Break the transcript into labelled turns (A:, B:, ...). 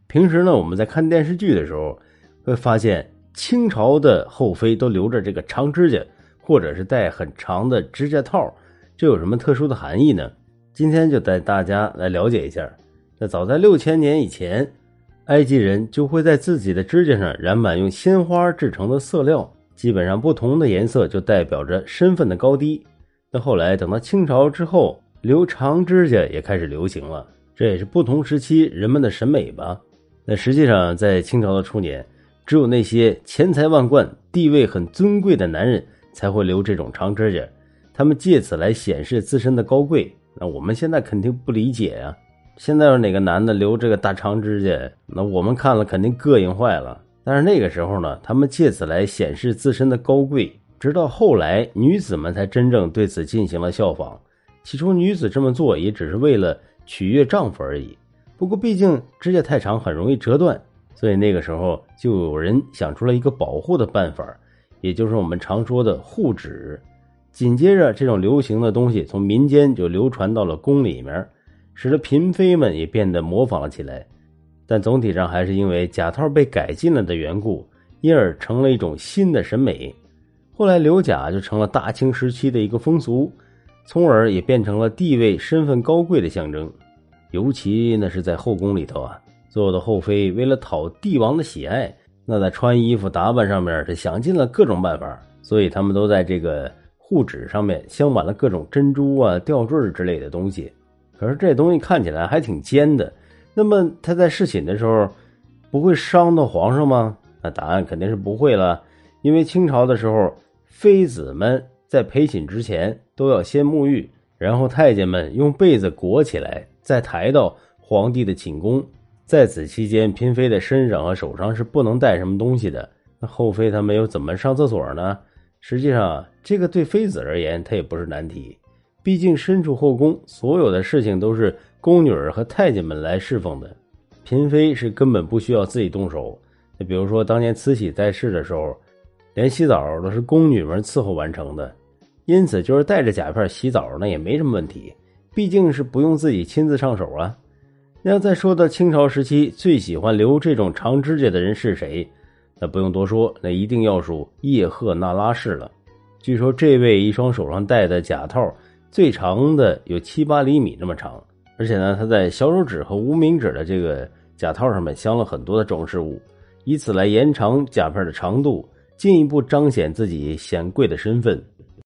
A: 平时呢，我们在看电视剧的时候，会发现清朝的后妃都留着这个长指甲，或者是戴很长的指甲套，这有什么特殊的含义呢？今天就带大家来了解一下。那早在6000年以前，埃及人就会在自己的指甲上染满用鲜花制成的色料，基本上不同的颜色就代表着身份的高低。那后来等到清朝之后，留长指甲也开始流行了，这也是不同时期人们的审美吧。那实际上在清朝的初年，只有那些钱财万贯、地位很尊贵的男人才会留这种长指甲，他们借此来显示自身的高贵。那我们现在肯定不理解呀，现在有哪个男的留这个大长指甲，那我们看了肯定膈应坏了。但是那个时候呢，他们借此来显示自身的高贵，直到后来女子们才真正对此进行了效仿。起初女子这么做也只是为了取悦丈夫而已，不过毕竟指甲太长很容易折断，所以那个时候就有人想出了一个保护的办法，也就是我们常说的护指。紧接着这种流行的东西从民间就流传到了宫里面，使得嫔妃们也变得模仿了起来。但总体上还是因为假套被改进了的缘故，因而成了一种新的审美。后来留甲就成了大清时期的一个风俗，从而也变成了地位身份高贵的象征。尤其那是在后宫里头啊，所有的后妃为了讨帝王的喜爱，那在穿衣服打扮上面是想尽了各种办法，所以他们都在这个护指上面镶满了各种珍珠啊、吊坠之类的东西。可是这东西看起来还挺尖的，那么他在侍寝的时候不会伤到皇上吗？那答案肯定是不会了，因为清朝的时候，妃子们在陪寝之前都要先沐浴，然后太监们用被子裹起来，再抬到皇帝的寝宫。在此期间，嫔妃的身上和手上是不能带什么东西的。那后妃他们又怎么上厕所呢？实际上这个对妃子而言它也不是难题，毕竟身处后宫，所有的事情都是宫女儿和太监们来侍奉的，嫔妃是根本不需要自己动手。就比如说当年慈禧在世的时候，连洗澡都是宫女们伺候完成的，因此就是带着甲片洗澡那也没什么问题，毕竟是不用自己亲自上手啊。那要再说到清朝时期最喜欢留这种长指甲的人是谁，那不用多说，那一定要数叶赫那拉氏了。据说这位一双手上戴的甲套最长的有7-8厘米那么长，而且呢，他在小手指和无名指的这个甲套上面镶了很多的装饰物，以此来延长甲片的长度，进一步彰显自己显贵的身份。